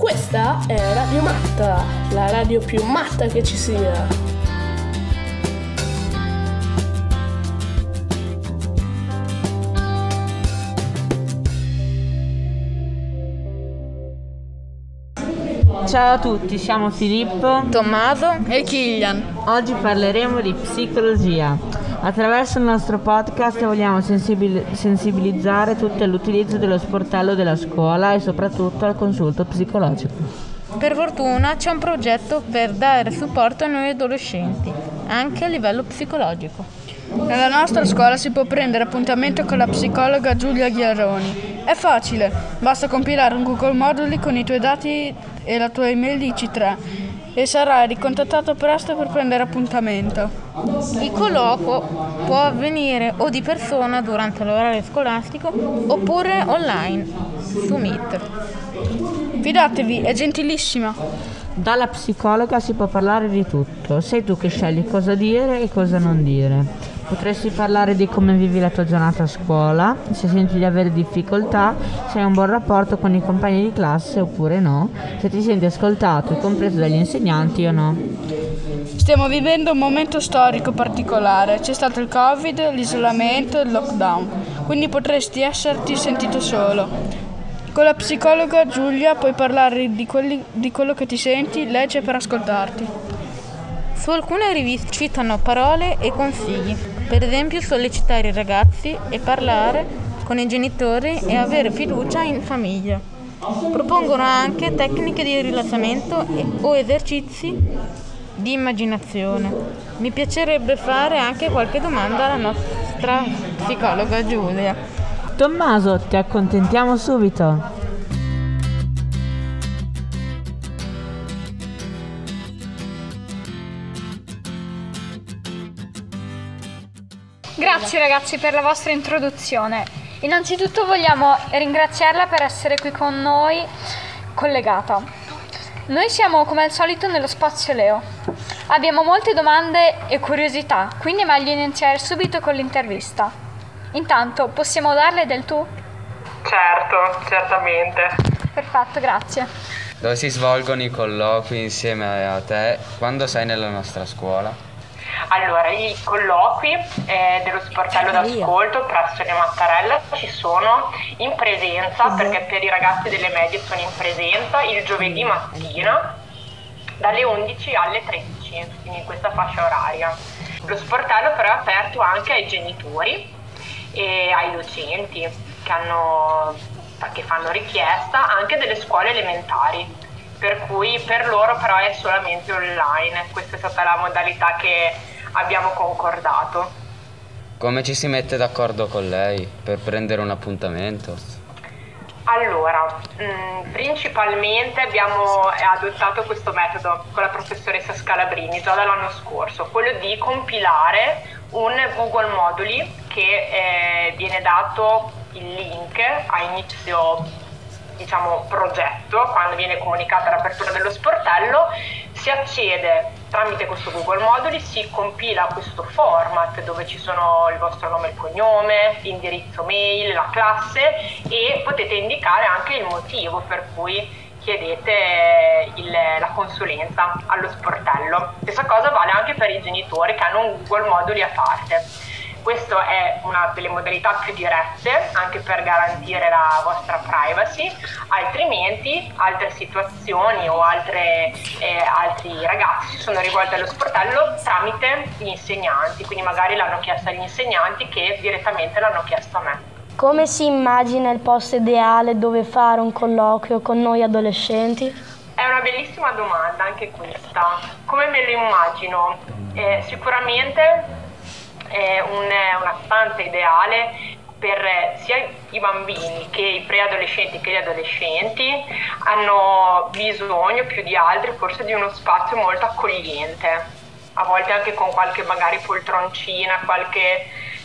Questa è Radio Matta, la radio più matta che ci sia. Ciao a tutti, siamo Filippo, Tommaso e Kilian. Oggi parleremo di psicologia. Attraverso il nostro podcast vogliamo sensibilizzare tutti all'utilizzo dello sportello della scuola e soprattutto al consulto psicologico. Per fortuna c'è un progetto per dare supporto a noi adolescenti, anche a livello psicologico. Nella nostra scuola si può prendere appuntamento con la psicologa Giulia Ghiaroni. È facile, basta compilare un Google Moduli con i tuoi dati e la tua email di IC3 e sarai ricontattato presto per prendere appuntamento. Il colloquio può avvenire o di persona durante l'orario scolastico oppure online su Meet. Fidatevi, è gentilissima. Dalla psicologa si può parlare di tutto, sei tu che scegli cosa dire e cosa non dire. Potresti parlare di come vivi la tua giornata a scuola, se senti di avere difficoltà, se hai un buon rapporto con i compagni di classe oppure no, se ti senti ascoltato e compreso dagli insegnanti o no. Stiamo vivendo un momento storico particolare, c'è stato il Covid, l'isolamento e il lockdown, quindi potresti esserti sentito solo. Con la psicologa Giulia puoi parlare di quello che ti senti, legge per ascoltarti. Su alcune riviste citano parole e consigli, per esempio sollecitare i ragazzi e parlare con i genitori e avere fiducia in famiglia. Propongono anche tecniche di rilassamento o esercizi di immaginazione. Mi piacerebbe fare anche qualche domanda alla nostra psicologa Giulia. Tommaso, ti accontentiamo subito. Grazie ragazzi per la vostra introduzione. Innanzitutto vogliamo ringraziarla per essere qui con noi collegata. Noi siamo come al solito nello spazio Leo. Abbiamo molte domande e curiosità, quindi è meglio iniziare subito con l'intervista. Intanto possiamo darle del tu? Certo, certamente. Perfetto, grazie. Dove si svolgono i colloqui insieme a te quando sei nella nostra scuola? Allora, i colloqui dello sportello d'ascolto presso le Mattarella ci sono in presenza, perché per i ragazzi delle medie sono in presenza il giovedì mattina dalle 11 alle 13, quindi in questa fascia oraria. Lo sportello però è aperto anche ai genitori e ai docenti che fanno richiesta, anche delle scuole elementari, per cui per loro però è solamente online. Questa è stata la modalità che abbiamo concordato. Come ci si mette d'accordo con lei per prendere un appuntamento? Allora, principalmente abbiamo adottato questo metodo con la professoressa Scalabrini già dall'anno scorso, quello di compilare un Google Moduli che viene dato il link a inizio progetto, quando viene comunicata l'apertura dello sportello, si accede tramite questo Google Moduli, si compila questo format dove ci sono il vostro nome e il cognome, l'indirizzo mail, la classe e potete indicare anche il motivo per cui chiedete la consulenza allo sportello. Stessa cosa vale anche per i genitori che hanno un Google Moduli a parte. Questa è una delle modalità più dirette, anche per garantire la vostra privacy, altrimenti altre situazioni o altri ragazzi si sono rivolti allo sportello tramite gli insegnanti, quindi magari l'hanno chiesto agli insegnanti che direttamente l'hanno chiesto a me. Come si immagina il posto ideale dove fare un colloquio con noi adolescenti? È una bellissima domanda anche questa. Come me lo immagino? Sicuramente è una stanza ideale per sia i bambini che i preadolescenti che gli adolescenti. Hanno bisogno più di altri forse di uno spazio molto accogliente, a volte anche con qualche magari poltroncina, qualche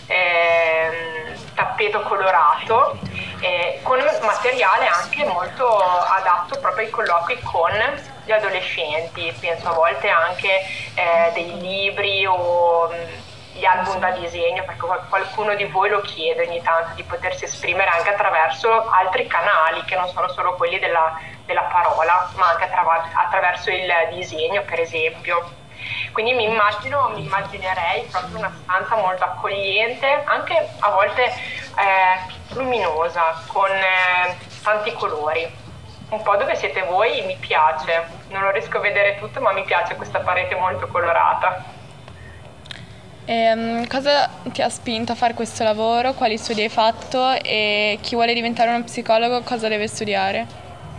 tappeto colorato, con materiale anche molto adatto proprio ai colloqui con gli adolescenti. Penso a volte anche dei libri o gli album da disegno, perché qualcuno di voi lo chiede ogni tanto di potersi esprimere anche attraverso altri canali che non sono solo quelli della della parola, ma anche attraverso il disegno, per esempio. Quindi mi immaginerei proprio una stanza molto accogliente, anche a volte luminosa, con tanti colori. Un po' dove siete voi mi piace, non lo riesco a vedere tutto, ma mi piace questa parete molto colorata. Cosa ti ha spinto a fare questo lavoro? Quali studi hai fatto? E chi vuole diventare uno psicologo cosa deve studiare?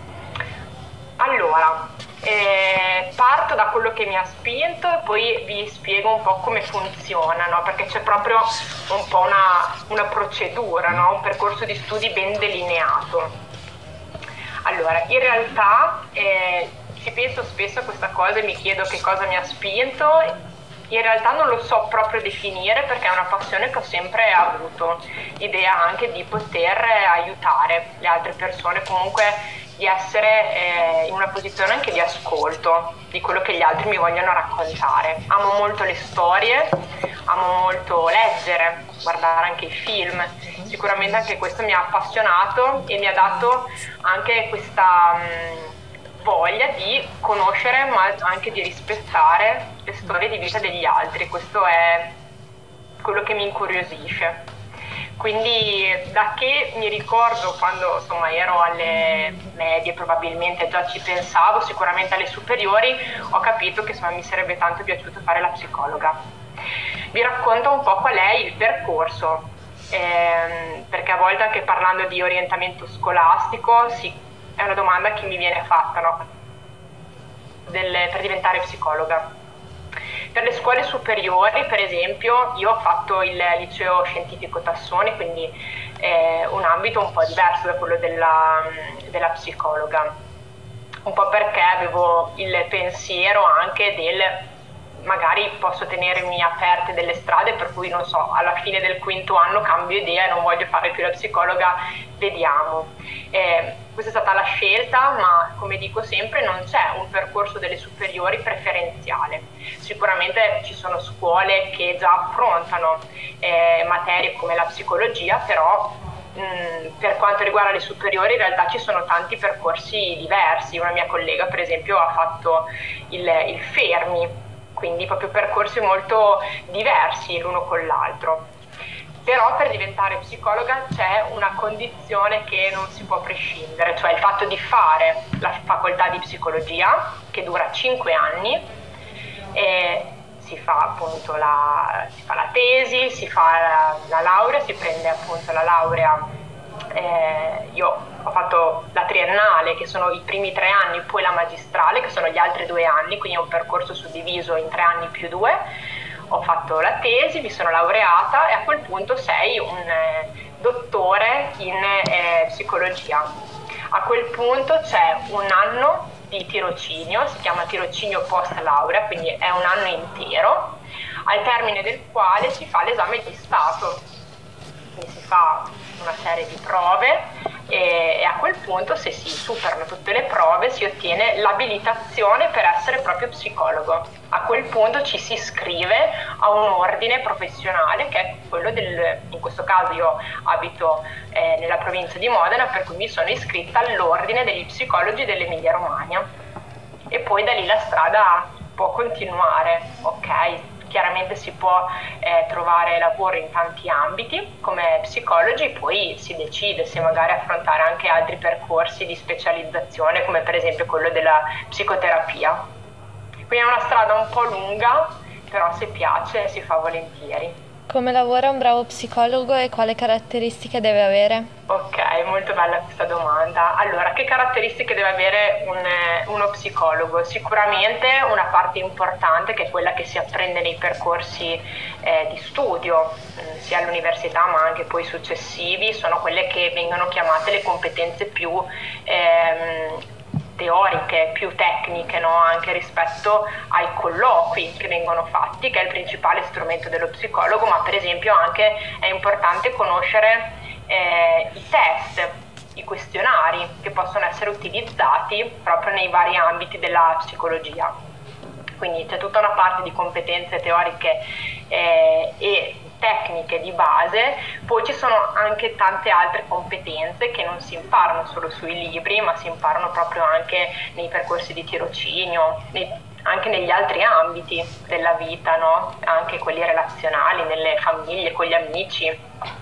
Allora, parto da quello che mi ha spinto e poi vi spiego un po' come funziona, no? Perché c'è proprio un po' una procedura, no? Un percorso di studi ben delineato. Allora, in realtà ci penso spesso a questa cosa e mi chiedo che cosa mi ha spinto. In realtà non lo so proprio definire perché è una passione che ho sempre avuto, l'idea anche di poter aiutare le altre persone, comunque di essere in una posizione anche di ascolto di quello che gli altri mi vogliono raccontare. Amo molto le storie, amo molto leggere, guardare anche i film. Sicuramente anche questo mi ha appassionato e mi ha dato anche questa voglia di conoscere ma anche di rispettare le storie di vita degli altri. Questo è quello che mi incuriosisce. Quindi da che mi ricordo quando insomma ero alle medie, probabilmente già ci pensavo, sicuramente alle superiori ho capito che insomma mi sarebbe tanto piaciuto fare la psicologa. Vi racconto un po' qual è il percorso, perché a volte anche parlando di orientamento scolastico è una domanda che mi viene fatta, no? Per diventare psicologa. Per le scuole superiori, per esempio, io ho fatto il liceo scientifico Tassoni, quindi un ambito un po' diverso da quello della psicologa, un po' perché avevo il pensiero anche magari posso tenermi aperte delle strade, per cui non so, alla fine del quinto anno cambio idea e non voglio fare più la psicologa, vediamo. Questa è stata la scelta, ma come dico sempre non c'è un percorso delle superiori preferenziale. Sicuramente ci sono scuole che già affrontano materie come la psicologia, però per quanto riguarda le superiori in realtà ci sono tanti percorsi diversi. Una mia collega per esempio ha fatto il Fermi, quindi proprio percorsi molto diversi l'uno con l'altro. Però per diventare psicologa c'è una condizione che non si può prescindere, cioè il fatto di fare la facoltà di psicologia, che dura 5 anni, e si fa appunto la tesi, si fa la laurea, si prende appunto la laurea. Io ho fatto la triennale, che sono i primi 3 anni, poi la magistrale, che sono gli altri 2 anni, quindi è un percorso suddiviso in 3 anni più 2. Ho fatto la tesi, mi sono laureata e a quel punto sei un dottore in psicologia. A quel punto c'è un anno di tirocinio, si chiama tirocinio post laurea, quindi è un anno intero, al termine del quale si fa l'esame di Stato. Quindi si fa una serie di prove e a quel punto, se si superano tutte le prove, si ottiene l'abilitazione per essere proprio psicologo. A quel punto ci si iscrive a un ordine professionale che è quello in questo caso io abito nella provincia di Modena, per cui mi sono iscritta all'ordine degli psicologi dell'Emilia Romagna e poi da lì la strada può continuare, ok? Chiaramente si può trovare lavoro in tanti ambiti come psicologi, poi si decide se magari affrontare anche altri percorsi di specializzazione come per esempio quello della psicoterapia. Quindi è una strada un po' lunga, però se piace si fa volentieri. Come lavora un bravo psicologo e quale caratteristiche deve avere? Ok, molto bella questa domanda. Allora, che caratteristiche deve avere uno psicologo? Sicuramente una parte importante, che è quella che si apprende nei percorsi di studio, sia all'università ma anche poi successivi, sono quelle che vengono chiamate le competenze più teoriche, più tecniche, no? Anche rispetto ai colloqui che vengono fatti, che è il principale strumento dello psicologo, ma per esempio anche è importante conoscere i test, i questionari che possono essere utilizzati proprio nei vari ambiti della psicologia. Quindi c'è tutta una parte di competenze teoriche e tecniche di base, poi ci sono anche tante altre competenze che non si imparano solo sui libri, ma si imparano proprio anche nei percorsi di tirocinio, anche negli altri ambiti della vita, no? Anche quelli relazionali, nelle famiglie, con gli amici,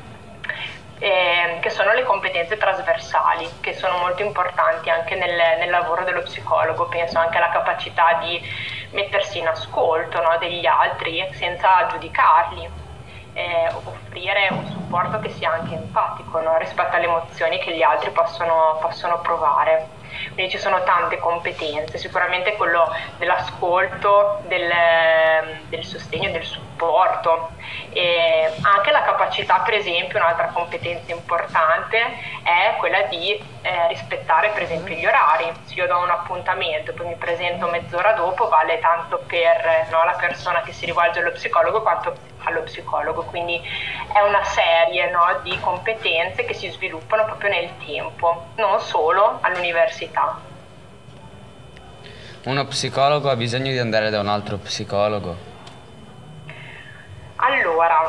che sono le competenze trasversali, che sono molto importanti anche nel lavoro dello psicologo. Penso anche alla capacità di mettersi in ascolto, no, degli altri senza giudicarli, offrire un supporto che sia anche empatico, no, rispetto alle emozioni che gli altri possono provare. Quindi ci sono tante competenze, sicuramente quello dell'ascolto, del sostegno, del supporto, e anche la capacità, per esempio, un'altra competenza importante è quella di rispettare per esempio gli orari. Se io do un appuntamento e poi mi presento mezz'ora dopo, vale tanto per, no, la persona che si rivolge allo psicologo quanto allo psicologo, quindi è una serie, no, di competenze che si sviluppano proprio nel tempo, non solo all'università. Uno psicologo ha bisogno di andare da un altro psicologo? Allora,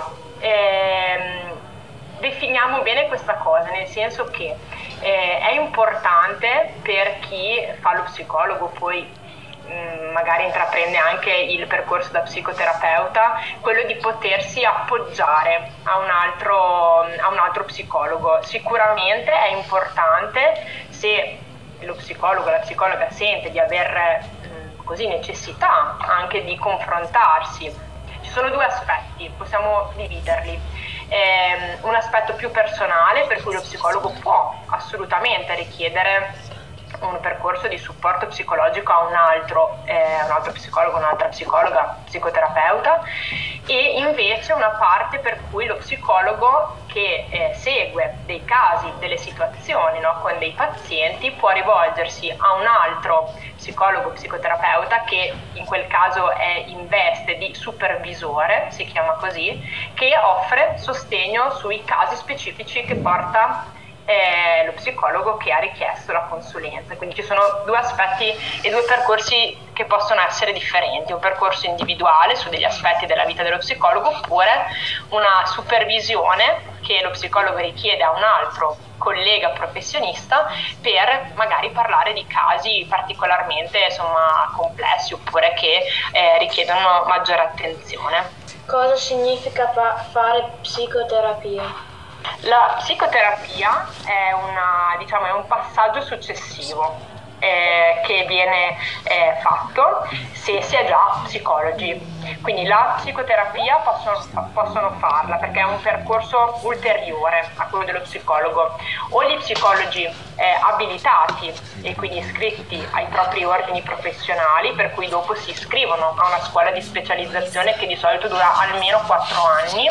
definiamo bene questa cosa, nel senso che è importante per chi fa lo psicologo, poi magari intraprende anche il percorso da psicoterapeuta, quello di potersi appoggiare a un altro psicologo. Sicuramente è importante se lo psicologo, la psicologa sente di aver così necessità anche di confrontarsi. Ci sono due aspetti, possiamo dividerli. Un aspetto più personale, per cui lo psicologo può assolutamente richiedere un percorso di supporto psicologico a un altro psicologo, un'altra psicologa, psicoterapeuta, e invece una parte per cui lo psicologo che segue dei casi, delle situazioni, no, con dei pazienti, può rivolgersi a un altro psicologo, psicoterapeuta, che in quel caso è in veste di supervisore, si chiama così, che offre sostegno sui casi specifici che porta lo psicologo che ha richiesto la consulenza. Quindi ci sono due aspetti e due percorsi che possono essere differenti: un percorso individuale su degli aspetti della vita dello psicologo, oppure una supervisione che lo psicologo richiede a un altro collega professionista per magari parlare di casi particolarmente complessi, oppure che richiedono maggiore attenzione. Cosa significa fare psicoterapia? La psicoterapia è un passaggio successivo che viene fatto se si è già psicologi. Quindi la psicoterapia possono farla perché è un percorso ulteriore a quello dello psicologo, o gli psicologi abilitati e quindi iscritti ai propri ordini professionali, per cui dopo si iscrivono a una scuola di specializzazione che di solito dura almeno 4 anni,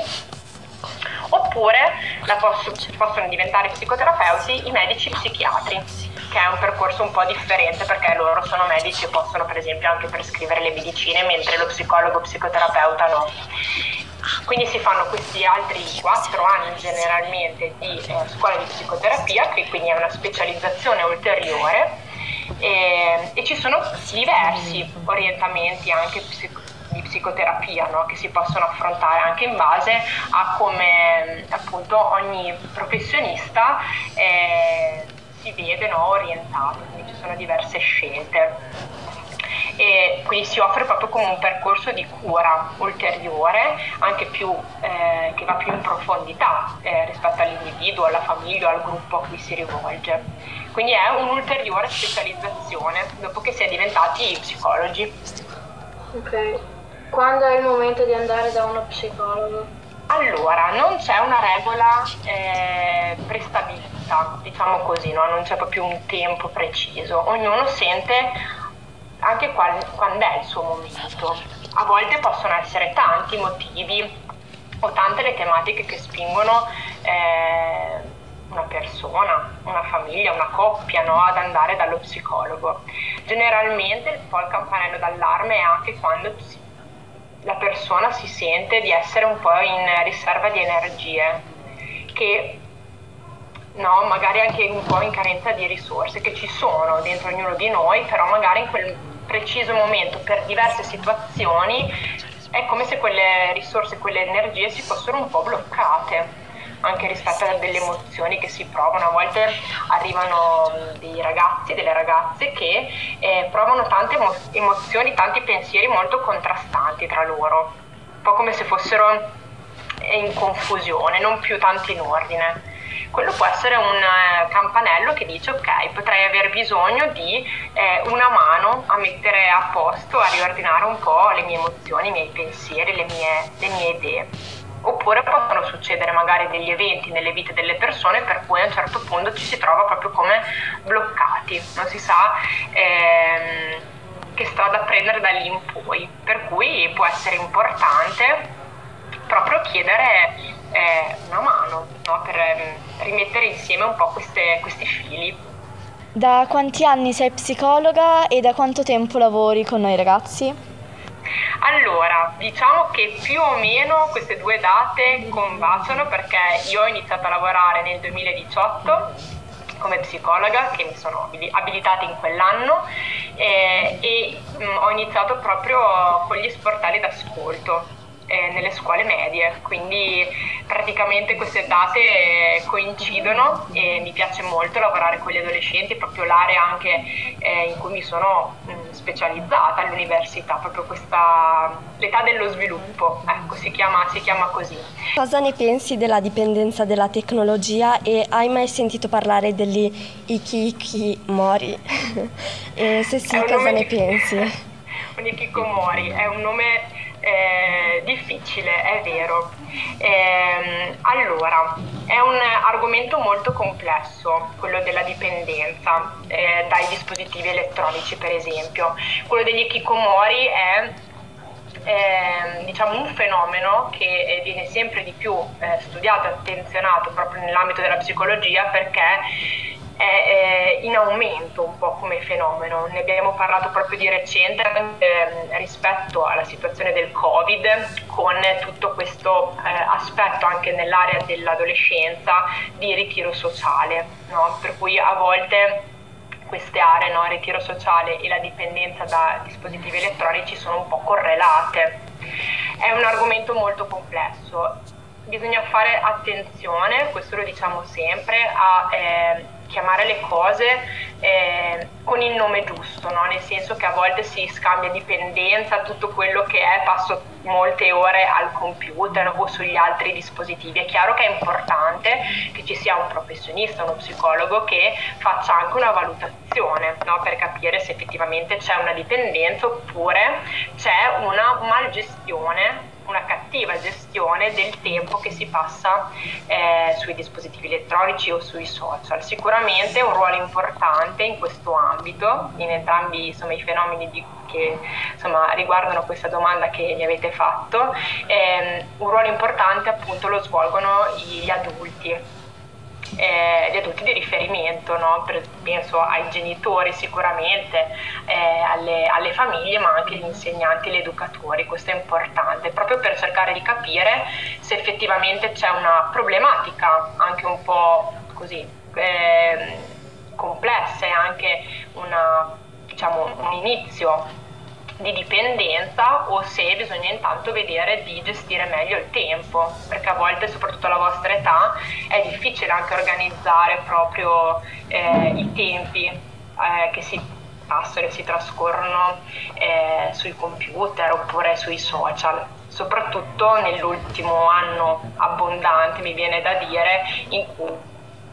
oppure possono diventare psicoterapeuti i medici psichiatri, che è un percorso un po' differente perché loro sono medici e possono per esempio anche prescrivere le medicine, mentre lo psicologo psicoterapeuta no. Quindi si fanno questi altri 4 anni generalmente di scuola di psicoterapia, che quindi è una specializzazione ulteriore, e ci sono diversi orientamenti anche di psicoterapia, no? Che si possono affrontare anche in base a come appunto ogni professionista si vede, no, orientato, quindi ci sono diverse scelte. E quindi si offre proprio come un percorso di cura ulteriore, anche più che va più in profondità rispetto all'individuo, alla famiglia, al gruppo a cui si rivolge. Quindi è un'ulteriore specializzazione dopo che si è diventati psicologi. Ok. Quando è il momento di andare da uno psicologo? Allora, non c'è una regola prestabilita, diciamo così, no? Non c'è proprio un tempo preciso, ognuno sente anche quando è il suo momento. A volte possono essere tanti motivi o tante le tematiche che spingono una persona, una famiglia, una coppia, no, ad andare dallo psicologo. Generalmente un po' il campanello d'allarme è anche quando la persona si sente di essere un po' in riserva di energie, che no, magari anche un po' in carenza di risorse che ci sono dentro ognuno di noi, però magari in quel preciso momento per diverse situazioni è come se quelle risorse, quelle energie si fossero un po' bloccate, anche rispetto a delle emozioni che si provano. A volte arrivano dei ragazzi, delle ragazze che provano tante emozioni, tanti pensieri molto contrastanti tra loro, un po' come se fossero in confusione, non più tanto in ordine. Quello può essere un campanello che dice: ok, potrei aver bisogno di una mano a mettere a posto, a riordinare un po' le mie emozioni, i miei pensieri, le mie idee. Oppure possono succedere magari degli eventi nelle vite delle persone per cui a un certo punto ci si trova proprio come bloccati, non si sa che strada prendere da lì in poi, per cui può essere importante proprio chiedere una mano, no? Per rimettere insieme un po' questi fili. Da quanti anni sei psicologa e da quanto tempo lavori con noi ragazzi? Allora, diciamo che più o meno queste due date combaciano, perché io ho iniziato a lavorare nel 2018 come psicologa, che mi sono abilitata in quell'anno, e ho iniziato proprio con gli sportelli d'ascolto nelle scuole medie, quindi praticamente queste date coincidono e mi piace molto lavorare con gli adolescenti, è proprio l'area anche in cui mi sono specializzata all'università, proprio l'età dello sviluppo, ecco, si chiama così. Cosa ne pensi della dipendenza dalla tecnologia e hai mai sentito parlare degli hikikomori? E se sì, cosa ne pensi? Un hikikomori è un nome difficile, è vero. Allora, è un argomento molto complesso, quello della dipendenza dai dispositivi elettronici, per esempio. Quello degli hikikomori è diciamo un fenomeno che viene sempre di più studiato e attenzionato proprio nell'ambito della psicologia, perché è in aumento un po' come fenomeno. Ne abbiamo parlato proprio di recente rispetto alla situazione del Covid, con tutto questo aspetto anche nell'area dell'adolescenza di ritiro sociale, no? Per cui a volte queste aree, no, ritiro sociale e la dipendenza da dispositivi elettronici, sono un po' correlate. È un argomento molto complesso, bisogna fare attenzione, questo lo diciamo sempre, a chiamare le cose con il nome giusto, no? Nel senso che a volte si scambia dipendenza, tutto quello che è passo molte ore al computer o sugli altri dispositivi. È chiaro che è importante che ci sia un professionista, uno psicologo che faccia anche una valutazione, no? Per capire se effettivamente c'è una dipendenza oppure c'è una malgestione, una cattiva gestione del tempo che si passa sui dispositivi elettronici o sui social. Sicuramente un ruolo importante in questo ambito, in entrambi insomma i fenomeni che insomma riguardano questa domanda che mi avete fatto, un ruolo importante appunto lo svolgono gli adulti di riferimento, no? Penso ai genitori sicuramente, alle famiglie, ma anche gli insegnanti, gli educatori. Questo è importante proprio per cercare di capire se effettivamente c'è una problematica anche un po' così complessa e anche un inizio di dipendenza, o se bisogna intanto vedere di gestire meglio il tempo, perché a volte, soprattutto alla vostra età, è difficile anche organizzare proprio i tempi che si passano e si trascorrono sui computer oppure sui social, soprattutto nell'ultimo anno abbondante, mi viene da dire, in cui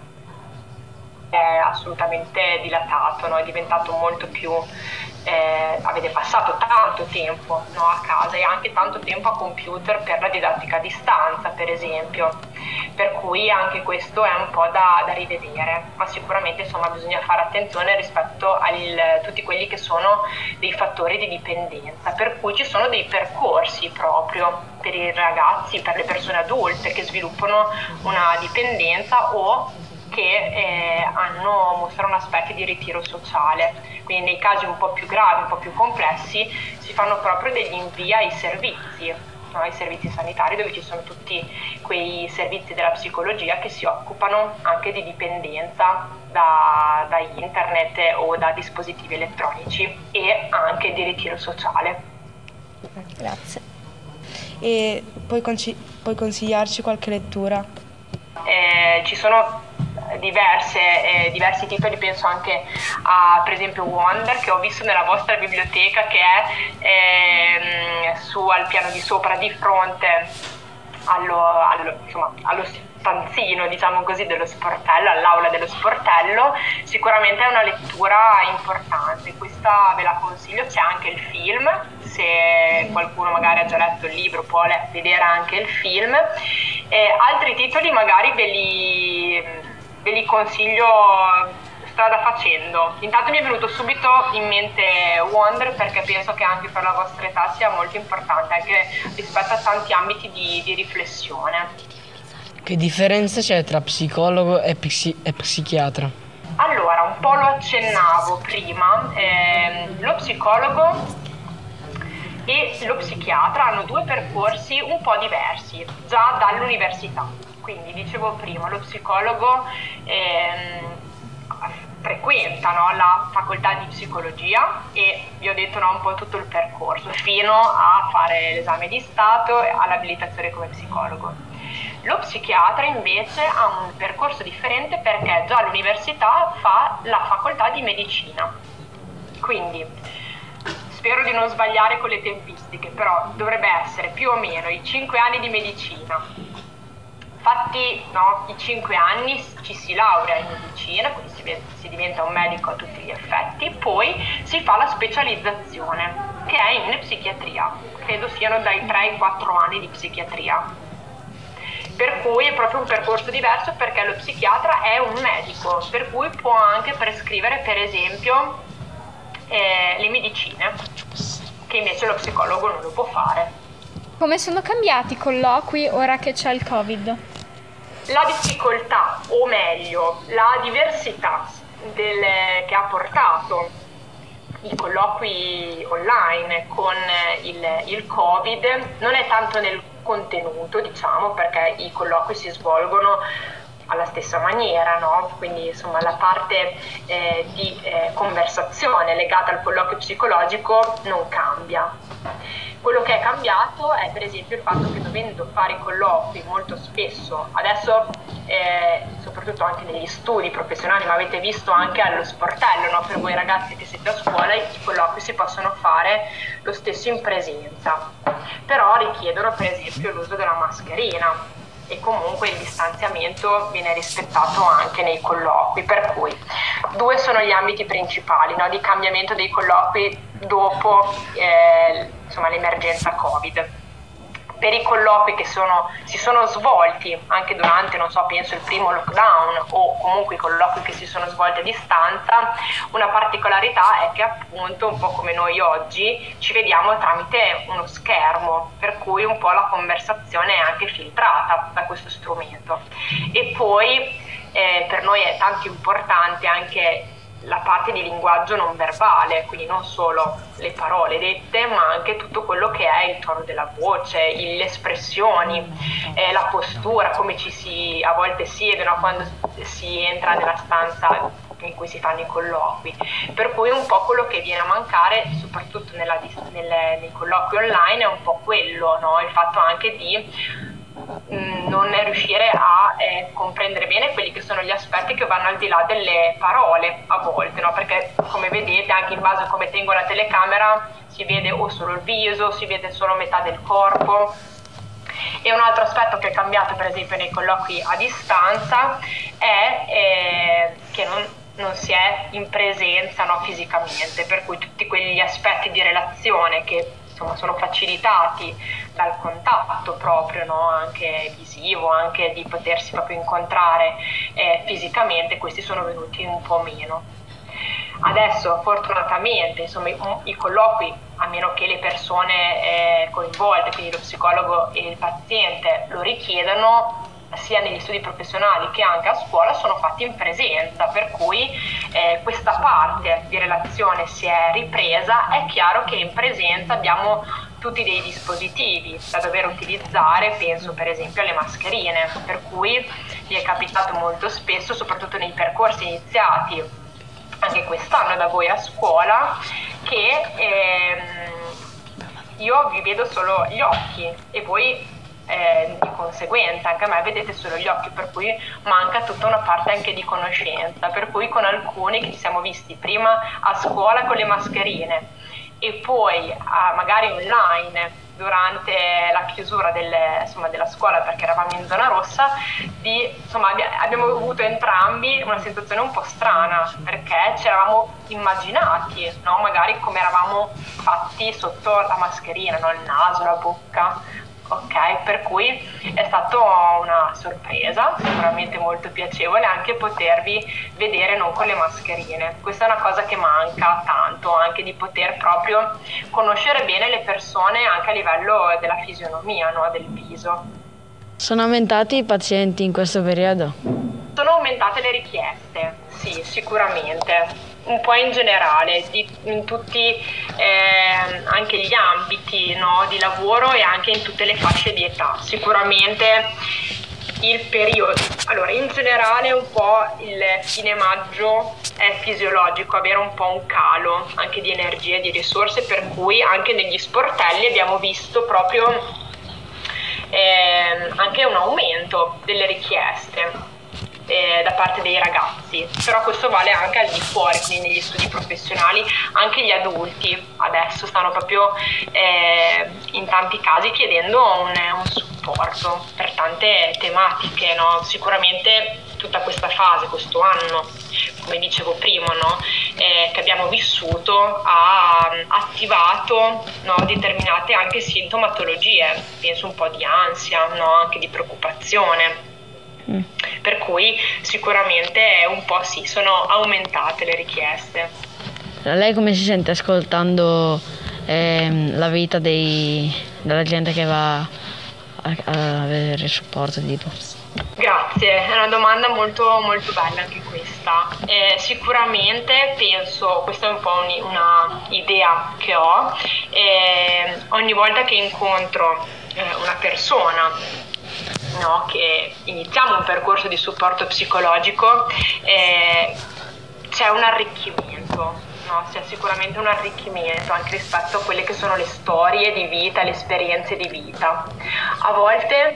è assolutamente dilatato, no? È diventato molto più avete passato tanto tempo, no, a casa, e anche tanto tempo a computer per la didattica a distanza, per esempio, per cui anche questo è un po' da rivedere, ma sicuramente insomma bisogna fare attenzione rispetto a tutti quelli che sono dei fattori di dipendenza, per cui ci sono dei percorsi proprio per i ragazzi, per le persone adulte che sviluppano una dipendenza o che mostrano aspetti di ritiro sociale. Quindi nei casi un po' più gravi, un po' più complessi, si fanno proprio degli invii ai servizi, no? Ai servizi sanitari, dove ci sono tutti quei servizi della psicologia che si occupano anche di dipendenza da internet o da dispositivi elettronici e anche di ritiro sociale. Grazie. e puoi consigliarci qualche lettura? Ci sono diversi titoli, penso anche a per esempio Wonder, che ho visto nella vostra biblioteca, che è su al piano di sopra di fronte allo stanzino, diciamo così, dello sportello, all'aula dello sportello. Sicuramente è una lettura importante, questa ve la consiglio. C'è anche il film, se qualcuno magari ha già letto il libro può vedere anche il film. Altri titoli magari ve li consiglio strada facendo. Intanto mi è venuto subito in mente Wonder, perché penso che anche per la vostra età sia molto importante, anche rispetto a tanti ambiti di riflessione. Che differenza c'è tra psicologo e psichiatra? Allora, un po' lo accennavo prima, lo psicologo e lo psichiatra hanno due percorsi un po' diversi, già dall'università. Quindi dicevo prima, lo psicologo frequenta la facoltà di psicologia e vi ho detto un po' tutto il percorso fino a fare l'esame di Stato e all'abilitazione come psicologo. Lo psichiatra invece ha un percorso differente, perché già all'università fa la facoltà di medicina. Quindi spero di non sbagliare con le tempistiche, però dovrebbe essere più o meno i 5 anni di medicina. Fatti i 5 anni ci si laurea in medicina, quindi si diventa un medico a tutti gli effetti, poi si fa la specializzazione, che è in psichiatria. Credo siano dai 3 ai 4 anni di psichiatria. Per cui è proprio un percorso diverso, perché lo psichiatra è un medico, per cui può anche prescrivere per esempio le medicine, che invece lo psicologo non lo può fare. Come sono cambiati i colloqui ora che c'è il Covid? La difficoltà, o meglio, la diversità che ha portato i colloqui online con il Covid non è tanto nel contenuto, diciamo, perché i colloqui si svolgono alla stessa maniera, no? Quindi insomma la parte di conversazione legata al colloquio psicologico non cambia. Quello che è cambiato è per esempio il fatto che, dovendo fare i colloqui molto spesso, adesso soprattutto anche negli studi professionali, ma avete visto anche allo sportello, no? Per voi ragazzi che siete a scuola, i colloqui si possono fare lo stesso in presenza, però richiedono per esempio l'uso della mascherina, e comunque il distanziamento viene rispettato anche nei colloqui, per cui 2 sono gli ambiti principali, no, di cambiamento dei colloqui dopo l'emergenza Covid. Per i colloqui che si sono svolti anche durante, penso il primo lockdown, o comunque i colloqui che si sono svolti a distanza, una particolarità è che appunto, un po' come noi oggi, ci vediamo tramite uno schermo, per cui un po' la conversazione è anche filtrata da questo strumento. E poi per noi è tanto importante anche la parte di linguaggio non verbale, quindi non solo le parole dette, ma anche tutto quello che è il tono della voce, le espressioni, la postura, come a volte siede, no? Quando si entra nella stanza in cui si fanno i colloqui. Per cui un po' quello che viene a mancare, soprattutto nei colloqui online, è un po' quello, no? Il fatto anche di non riuscire a comprendere bene quelli che sono gli aspetti che vanno al di là delle parole a volte, no? Perché come vedete, anche in base a come tengo la telecamera, si vede o solo il viso, si vede solo metà del corpo. E un altro aspetto che è cambiato per esempio nei colloqui a distanza è che non si è in presenza, no, fisicamente, per cui tutti quegli aspetti di relazione che sono facilitati dal contatto proprio, no? Anche visivo, anche di potersi proprio incontrare fisicamente, questi sono venuti un po' meno. Adesso fortunatamente i colloqui, a meno che le persone coinvolte, quindi lo psicologo e il paziente lo richiedano, sia negli studi professionali che anche a scuola, sono fatti in presenza, per cui questa parte di relazione si è ripresa. È chiaro che in presenza abbiamo tutti dei dispositivi da dover utilizzare, penso per esempio alle mascherine, per cui mi è capitato molto spesso, soprattutto nei percorsi iniziati anche quest'anno da voi a scuola, che io vi vedo solo gli occhi e voi di conseguenza anche a me vedete solo gli occhi, per cui manca tutta una parte anche di conoscenza, per cui con alcuni che ci siamo visti prima a scuola con le mascherine e poi magari online durante la chiusura della scuola perché eravamo in zona rossa, abbiamo avuto entrambi una sensazione un po' strana perché ci eravamo immaginati, no? Magari come eravamo fatti sotto la mascherina, no? Il naso, la bocca. Ok, per cui è stata una sorpresa, sicuramente molto piacevole anche potervi vedere non con le mascherine. Questa è una cosa che manca tanto, anche di poter proprio conoscere bene le persone anche a livello della fisionomia, no? Del viso. Sono aumentati i pazienti in questo periodo? Sono aumentate le richieste, sì, sicuramente. Un po' in generale, in tutti anche gli ambiti, no, di lavoro e anche in tutte le fasce di età. Sicuramente il periodo, allora in generale un po' il fine maggio è fisiologico, avere un po' un calo anche di energie e di risorse, per cui anche negli sportelli abbiamo visto proprio anche un aumento delle richieste da parte dei ragazzi, però questo vale anche al di fuori, quindi negli studi professionali. Anche gli adulti adesso stanno proprio in tanti casi chiedendo un supporto per tante tematiche, no? Sicuramente tutta questa fase, questo anno, come dicevo prima, no? Che abbiamo vissuto ha attivato, no? Determinate anche sintomatologie, penso un po' di ansia, no? Anche di preoccupazione. Per cui sicuramente un po' sì, sono aumentate le richieste. Lei come si sente ascoltando la vita della gente che va a avere supporto tipo? Grazie, è una domanda molto, molto bella anche questa. Sicuramente penso, questa è un po' una idea che ho, ogni volta che incontro una persona, no, che iniziamo un percorso di supporto psicologico, c'è un arricchimento, no? C'è sicuramente un arricchimento anche rispetto a quelle che sono le storie di vita, le esperienze di vita. A volte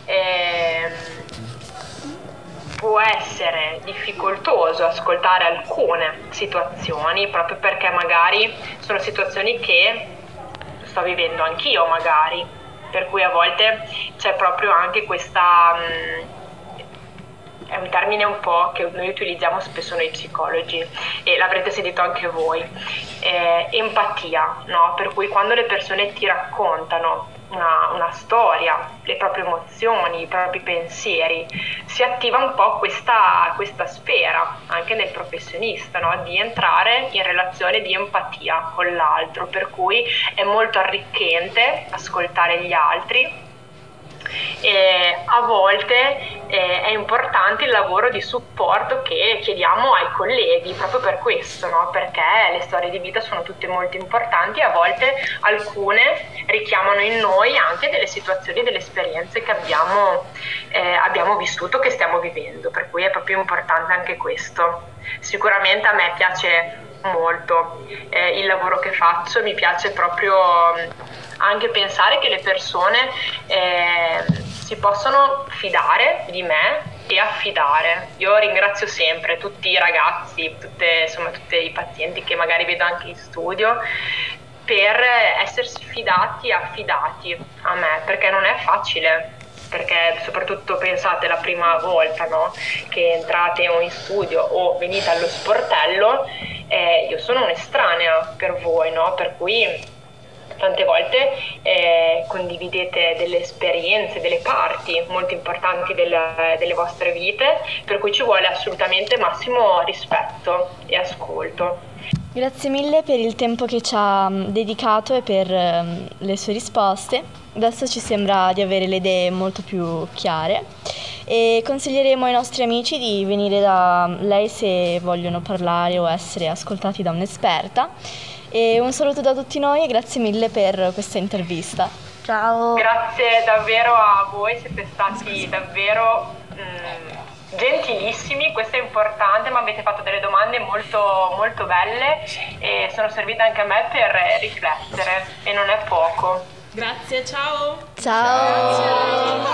può essere difficoltoso ascoltare alcune situazioni proprio perché magari sono situazioni che sto vivendo anch'io magari. Per cui a volte c'è proprio anche questa, è un termine un po' che noi utilizziamo spesso noi psicologi e l'avrete sentito anche voi, empatia, no? Per cui quando le persone ti raccontano una storia, le proprie emozioni, i propri pensieri, si attiva un po' questa sfera anche nel professionista, no? Di entrare in relazione di empatia con l'altro, per cui è molto arricchente ascoltare gli altri. A volte è importante il lavoro di supporto che chiediamo ai colleghi proprio per questo, no? Perché le storie di vita sono tutte molto importanti e a volte alcune richiamano in noi anche delle situazioni, delle esperienze che abbiamo vissuto, che stiamo vivendo, per cui è proprio importante anche questo. Sicuramente a me piace molto il lavoro che faccio, mi piace proprio anche pensare che le persone si possono fidare di me e affidare. Io ringrazio sempre tutti i ragazzi, tutti i pazienti che magari vedo anche in studio, per essersi fidati e affidati a me, perché non è facile. Perché soprattutto pensate la prima volta, no? Che entrate o in studio o venite allo sportello, io sono un'estranea per voi, no? Per cui tante volte condividete delle esperienze, delle parti molto importanti delle vostre vite, per cui ci vuole assolutamente massimo rispetto e ascolto. Grazie mille per il tempo che ci ha dedicato e per le sue risposte. Adesso ci sembra di avere le idee molto più chiare e consiglieremo ai nostri amici di venire da lei se vogliono parlare o essere ascoltati da un'esperta. E un saluto da tutti noi e grazie mille per questa intervista. Ciao. Grazie davvero a voi, siete stati davvero gentilissimi, questo è importante, ma avete fatto delle domande molto, molto belle e sono servite anche a me per riflettere e non è poco. Grazie, ciao! Ciao!